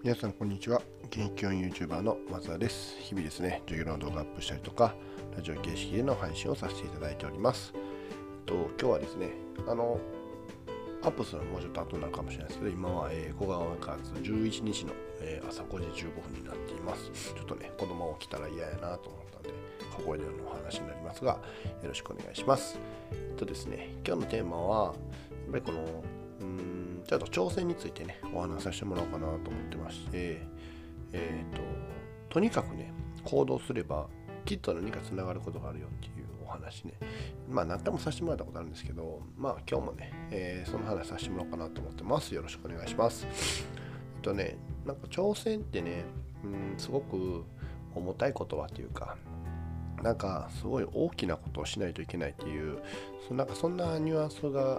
皆さんこんにちは。現役教員 YouTuber の松田です。日々ですね、授業の動画アップしたりとか、ラジオ形式での配信をさせていただいております。今日はですね、アップするのはもうちょっと後になるかもしれないですけど、今は5月11日の朝5時15分になっています。ちょっとね、子供起きたら嫌やなと思ったんで、小声でのお話になりますが、よろしくお願いします。ですね、今日のテーマは、やっぱりこの、ちょっと挑戦についてね、お話しさせてもらおうかなと思ってまして、とにかくね、行動すれば、きっと何かつながることがあるよっていうお話ね。何回もさせてもらったことあるんですけど、今日もね、その話させてもらおうかなと思ってます。よろしくお願いします。なんか挑戦ってね、すごく重たい言葉というか、なんかすごい大きなことをしないといけないっていう、そんなニュアンスが、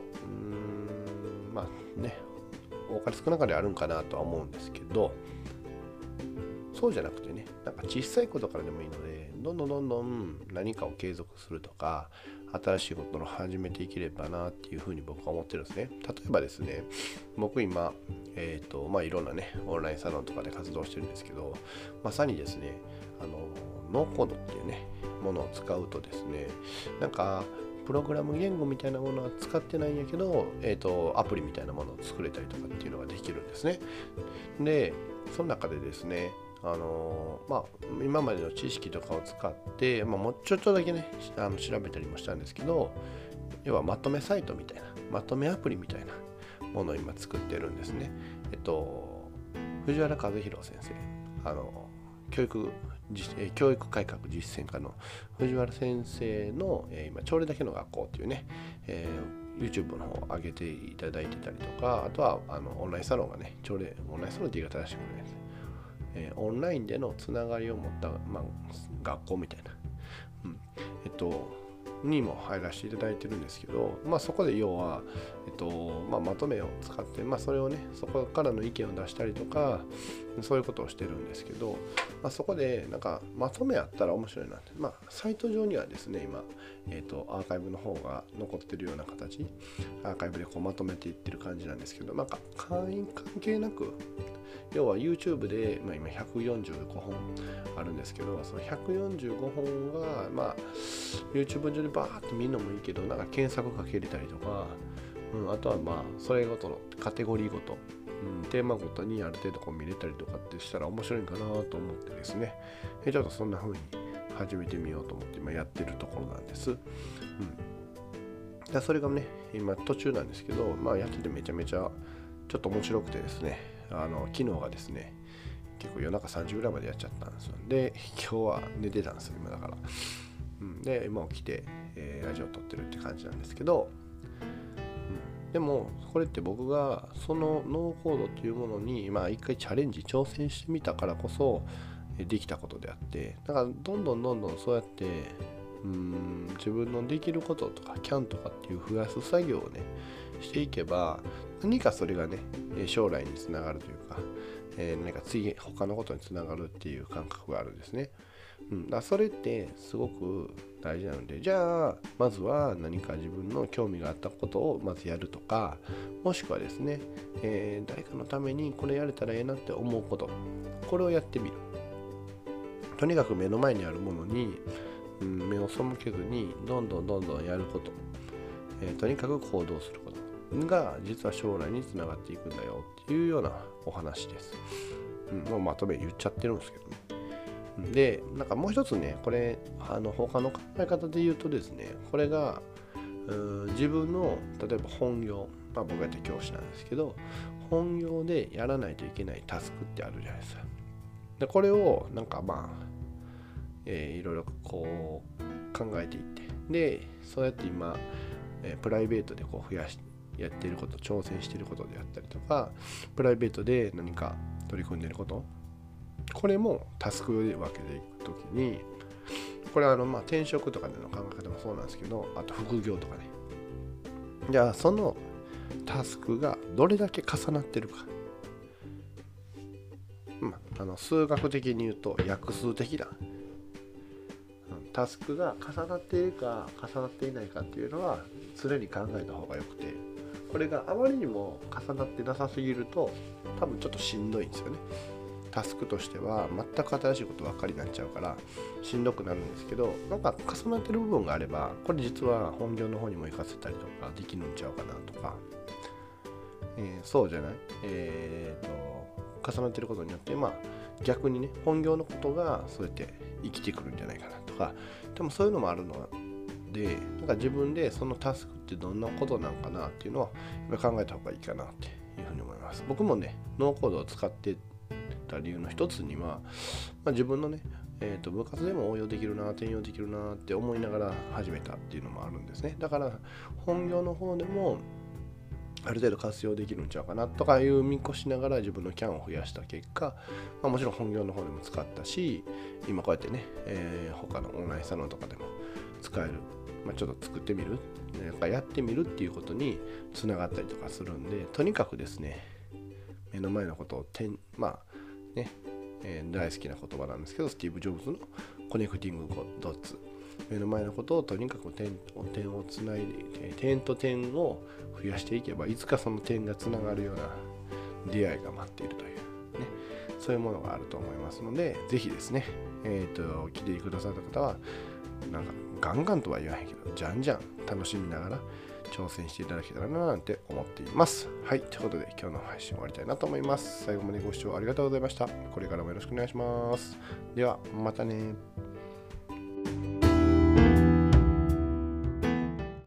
多かれ少なかれあるんかなとは思うんですけど、そうじゃなくてね、なんか小さいことからでもいいので、どんどん何かを継続するとか、新しいことを始めていければなっていうふうに僕は思ってるんですね。例えばですね、僕今、いろんなね、オンラインサロンとかで活動してるんですけど、まさにですね、ノーコードっていうね、ものを使うとですね、なんか、プログラム言語みたいなものは使ってないんやけど、アプリみたいなものを作れたりとかっていうのができるんですね。で、その中でですね、今までの知識とかを使って、もうちょっとだけね、調べたりもしたんですけど、要はまとめサイトみたいな、まとめアプリみたいなものを今作ってるんですね。藤原和弘先生、教育改革実践家の藤原先生の、今朝礼だけの学校っていうね、YouTube の方を上げていただいてたりとか、あとはオンラインサロンがね、オンラインサロンって言い方らしくないですね、オンラインでのつながりを持った、学校みたいな、にも入らせていただいてるんですけど、そこで要は、まとめを使って、それをね、そこからの意見を出したりとか、そういうことをしてるんですけど、そこでなんかまとめあったら面白いなって、サイト上にはですね、今、アーカイブの方が残ってるような形、アーカイブでこうまとめていってる感じなんですけど、会員関係なく、要は YouTube で、今145本あるんですけど、その145本が、YouTube 上でバーって見るのもいいけど、なんか検索かけれたりとか、あとはそれごとのカテゴリーごと、テーマごとにある程度こう見れたりとかってしたら面白いかなと思ってですね、ちょっとそんな風に始めてみようと思って今やってるところなんです。それがね、今途中なんですけど、やっててめちゃめちゃちょっと面白くてですね、昨日がですね、結構夜中3時ぐらいまでやっちゃったんですよ。で、今日は寝てたんですよ、今だから。で、今起きて、ラジオ撮ってるって感じなんですけど、でもこれって僕がそのノーコードっていうものに一回チャレンジ挑戦してみたからこそできたことであって、だからどんどんそうやって自分のできることとかキャンとかっていう増やす作業をねしていけば、何かそれがね将来につながるというか、何か次他のことにつながるっていう感覚があるんですね。だからそれってすごく大事なので、じゃあまずは何か自分の興味があったことをまずやるとか、もしくはですね、誰かのためにこれやれたらええなって思うこと、これをやってみる。とにかく目の前にあるものに、目を背けずにどんどんやること、とにかく行動することが実は将来につながっていくんだよっていうようなお話です。もうまとめ言っちゃってるんですけどね。で、なんかもう一つね、これ他の考え方で言うとですね、これが自分の例えば本業、僕がやって教師なんですけど、本業でやらないといけないタスクってあるじゃないですか。でこれをなんかいろいろこう考えていって、でそうやって今、プライベートでこう増やしやっていること、挑戦していることであったりとか、プライベートで何か取り組んでいること、これもタスクで分けていくときに、これは転職とかでの考え方もそうなんですけど、あと副業とかね、じゃあそのタスクがどれだけ重なってるか、数学的に言うと約数的なタスクが重なっているか重なっていないかっていうのは常に考えた方がよくて、これがあまりにも重なってなさすぎると多分ちょっとしんどいんですよね。 タスクとしては全く新しいことばっかりになっちゃうからしんどくなるんですけど、なんか重なってる部分があればこれ実は本業の方にも活かせたりとかできるんちゃうかなとか、そうじゃない、重なってることによって逆にね本業のことがそうやって生きてくるんじゃないかなとか、でもそういうのもあるので、なんか自分でそのタスクってどんなことなんかなっていうのは考えた方がいいかなっていうふうに思います。僕もねノーコードを使ってた理由の一つには、自分のね、部活でも応用できるな、転用できるなって思いながら始めたっていうのもあるんですね。だから本業の方でもある程度活用できるんちゃうかなとかいう見越しながら自分のキャンを増やした結果、もちろん本業の方でも使ったし、今こうやってね、他のオンラインサロンとかでも使える、ちょっと作ってみる、なんかやってみるっていうことにつながったりとかするんで、とにかくですね、目の前のことを大好きな言葉なんですけど、スティーブ・ジョブズのコネクティングドッツ、目の前のことをとにかく点をつないで、点と点を増やしていけばいつかその点がつながるような出会いが待っているという、そういうものがあると思いますので、ぜひですね、来てくださった方はなんかガンガンとは言わへんけどじゃんじゃん楽しみながら挑戦していただけたらななんて思っています。はい、ということで今日の配信終わりたいなと思います。最後までご視聴ありがとうございました。これからもよろしくお願いします。ではまたね。